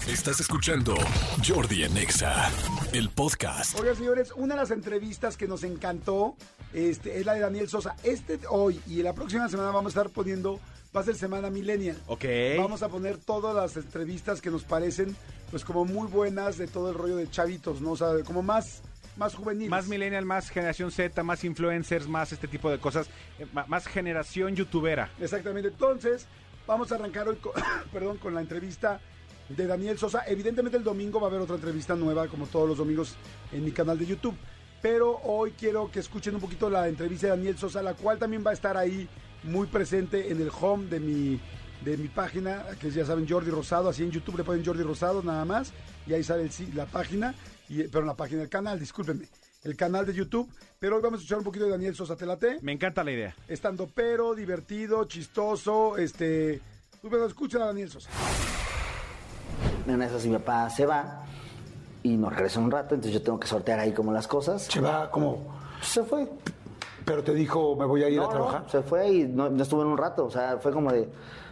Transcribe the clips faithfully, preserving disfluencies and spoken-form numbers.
Estás escuchando Jordi en Exa, el podcast. Oigan, señores, una de las entrevistas que nos encantó este, es la de Daniel Sosa. Este hoy y la próxima semana vamos a estar poniendo, va a ser Semana Millennial. Ok. Vamos a poner todas las entrevistas que nos parecen, pues como muy buenas de todo el rollo de chavitos, ¿no? O sea, como más... Más juveniles. Más millennial, más generación Z, más influencers, más este tipo de cosas, eh, más generación youtubera. Exactamente. Entonces, vamos a arrancar hoy con, perdón, con la entrevista de Daniel Sosa. Evidentemente el domingo va a haber otra entrevista nueva, como todos los domingos en mi canal de YouTube. Pero hoy quiero que escuchen un poquito la entrevista de Daniel Sosa, la cual también va a estar ahí muy presente en el home de mi, de mi página, que ya saben, Jordi Rosado. Así en YouTube le ponen Jordi Rosado nada más, y ahí sale el, la página. Y, pero en la página del canal, discúlpenme, el canal de YouTube. Pero hoy vamos a escuchar un poquito de Daniel Sosa. ¿Te late? Me encanta la idea. Estando pero, divertido, chistoso, este... Pues bueno, escuchen a Daniel Sosa. En esas mi papá se va y nos regresa un rato, entonces yo tengo que sortear ahí como las cosas. Se va como... Se fue. Pero te dijo, me voy a ir no, a trabajar. No, se fue y no, no estuvo en un rato, o sea, fue como de...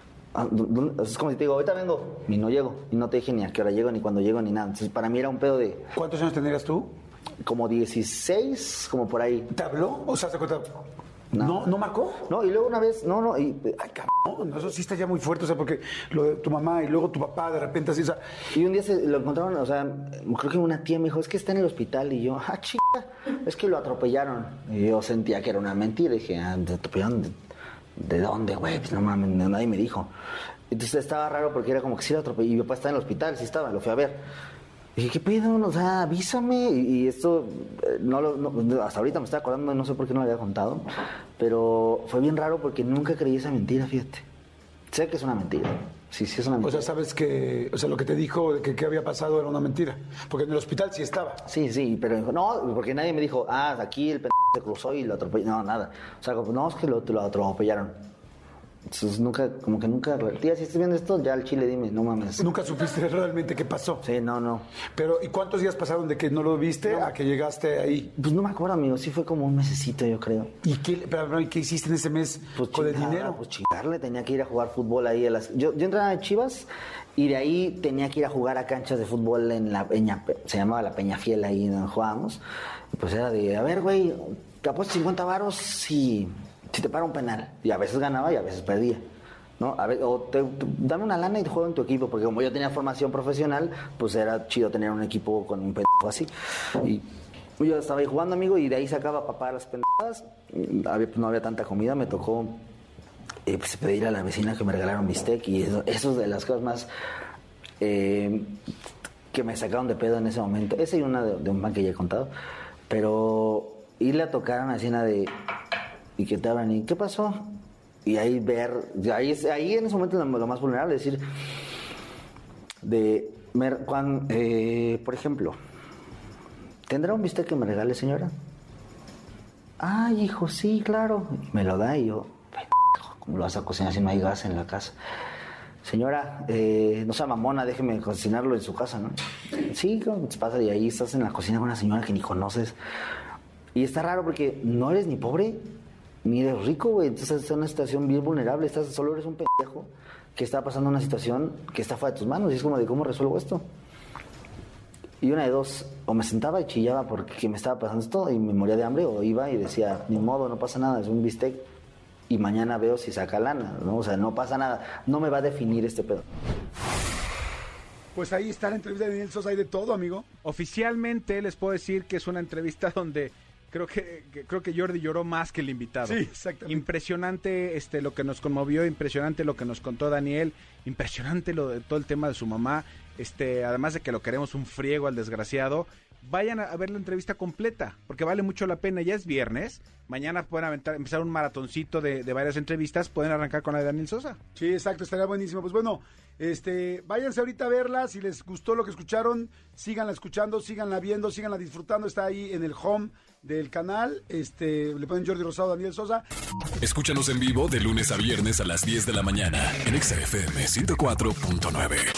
Es como si te digo, ahorita vengo y no llego. Y no te dije ni a qué hora llego, ni cuándo llego, ni nada. Entonces para mí era un pedo de... ¿Cuántos años tendrías tú? Como dieciséis, como por ahí. ¿Te habló? O sea, se cuenta... No. ¿No, ¿No marcó? No, y luego una vez, no, no, y... Ay, cabrón, eso sí está ya muy fuerte, o sea, porque lo de tu mamá y luego tu papá, de repente así, o sea... Y un día se lo encontraron, o sea, creo que una tía me dijo, es que está en el hospital, y yo, ah, chica, es que lo atropellaron. Y yo sentía que era una mentira, y dije, ah, ¿te atropellaron? ¿De, de dónde, güey? Pues no mames, nadie me dijo. Entonces estaba raro porque era como que sí lo atropelló, y mi papá estaba en el hospital, sí estaba, lo fui a ver. Dije, ¿qué pedo? O sea, avísame. Y, y esto, eh, no lo, no, hasta ahorita me estaba acordando, no sé por qué no lo había contado. Pero fue bien raro porque nunca creí esa mentira, fíjate. Sé que es una mentira. Sí, sí es una mentira. O sea, sabes que, o sea, lo que te dijo de que qué había pasado era una mentira. Porque en el hospital sí estaba. Sí, sí, pero no, porque nadie me dijo, ah, aquí el pendejo se cruzó y lo atropelló. No, nada. O sea, no, es que lo, lo atropellaron. Entonces nunca, como que nunca, tía, si estás viendo esto, ya al chile dime, no mames. Nunca supiste realmente qué pasó. Sí, no, no. Pero, ¿y cuántos días pasaron de que no lo viste no. a que llegaste ahí? Pues no me acuerdo, amigo, sí fue como un mesecito, yo creo. ¿Y qué, pero, ¿y qué hiciste en ese mes pues con chingada, el dinero? Pues chingarle, tenía que ir a jugar fútbol ahí a las... Yo, yo entraba a Chivas y de ahí tenía que ir a jugar a canchas de fútbol en la Peña, se llamaba la Peña Fiel ahí donde jugábamos. Y pues era de, a ver, güey, te apuesto cincuenta varos si, si te para un penal. Y a veces ganaba y a veces perdía. ¿No? A ver, o te, te, dame una lana y te juego en tu equipo, porque como yo tenía formación profesional, pues era chido tener un equipo con un pendejo así. Y yo estaba ahí jugando, amigo, y de ahí sacaba papá las pendejadas. Había, pues, no había tanta comida, me tocó eh, pues, pedir a la vecina que me regalaron un bistec, y eso, eso es de las cosas más eh, que me sacaron de pedo en ese momento. Esa y una de, de un pan que ya he contado, pero irle a tocar a una vecina de y que te hablan y ¿qué pasó? Y ahí ver, ahí, ahí en ese momento lo, lo más vulnerable, es decir, de, mer, cuando, eh, por ejemplo, ¿tendrá un bistec que me regale, señora? Ay, hijo, sí, claro. Y me lo da y yo, ¿cómo lo vas a cocinar si no hay gas en la casa? Señora, eh, no sea mamona, déjeme cocinarlo en su casa, ¿no? Sí, ¿cómo te pasa? Y ahí estás en la cocina con una señora que ni conoces. Y está raro porque no eres ni pobre ni eres rico, güey. Entonces estás en una situación bien vulnerable. Estás, solo eres un pendejo que está pasando una situación que está fuera de tus manos. Y es como de, ¿cómo resuelvo esto? Y una de dos, o me sentaba y chillaba porque me estaba pasando esto y me moría de hambre, o iba y decía, ni modo, no pasa nada, es un bistec y mañana veo si saca lana, ¿no? O sea, no pasa nada, no me va a definir este pedo. Pues ahí está la entrevista de Daniel Sosa, hay de todo, amigo. Oficialmente les puedo decir que es una entrevista donde creo que, que creo que Jordi lloró más que el invitado. Sí, exactamente. Impresionante este lo que nos conmovió, impresionante lo que nos contó Daniel, impresionante lo de todo el tema de su mamá, este además de que lo queremos un friego al desgraciado. Vayan a ver la entrevista completa, porque vale mucho la pena. Ya es viernes, mañana pueden aventar, empezar un maratoncito de, de varias entrevistas, pueden arrancar con la de Daniel Sosa. Sí, exacto, estaría buenísimo. Pues bueno, este, váyanse ahorita a verla, si les gustó lo que escucharon, síganla escuchando, síganla viendo, síganla disfrutando, está ahí en el home del canal, este, le ponen Jordi Rosado, Daniel Sosa. Escúchanos en vivo de lunes a viernes a las diez de la mañana en Exa F M ciento cuatro punto nueve.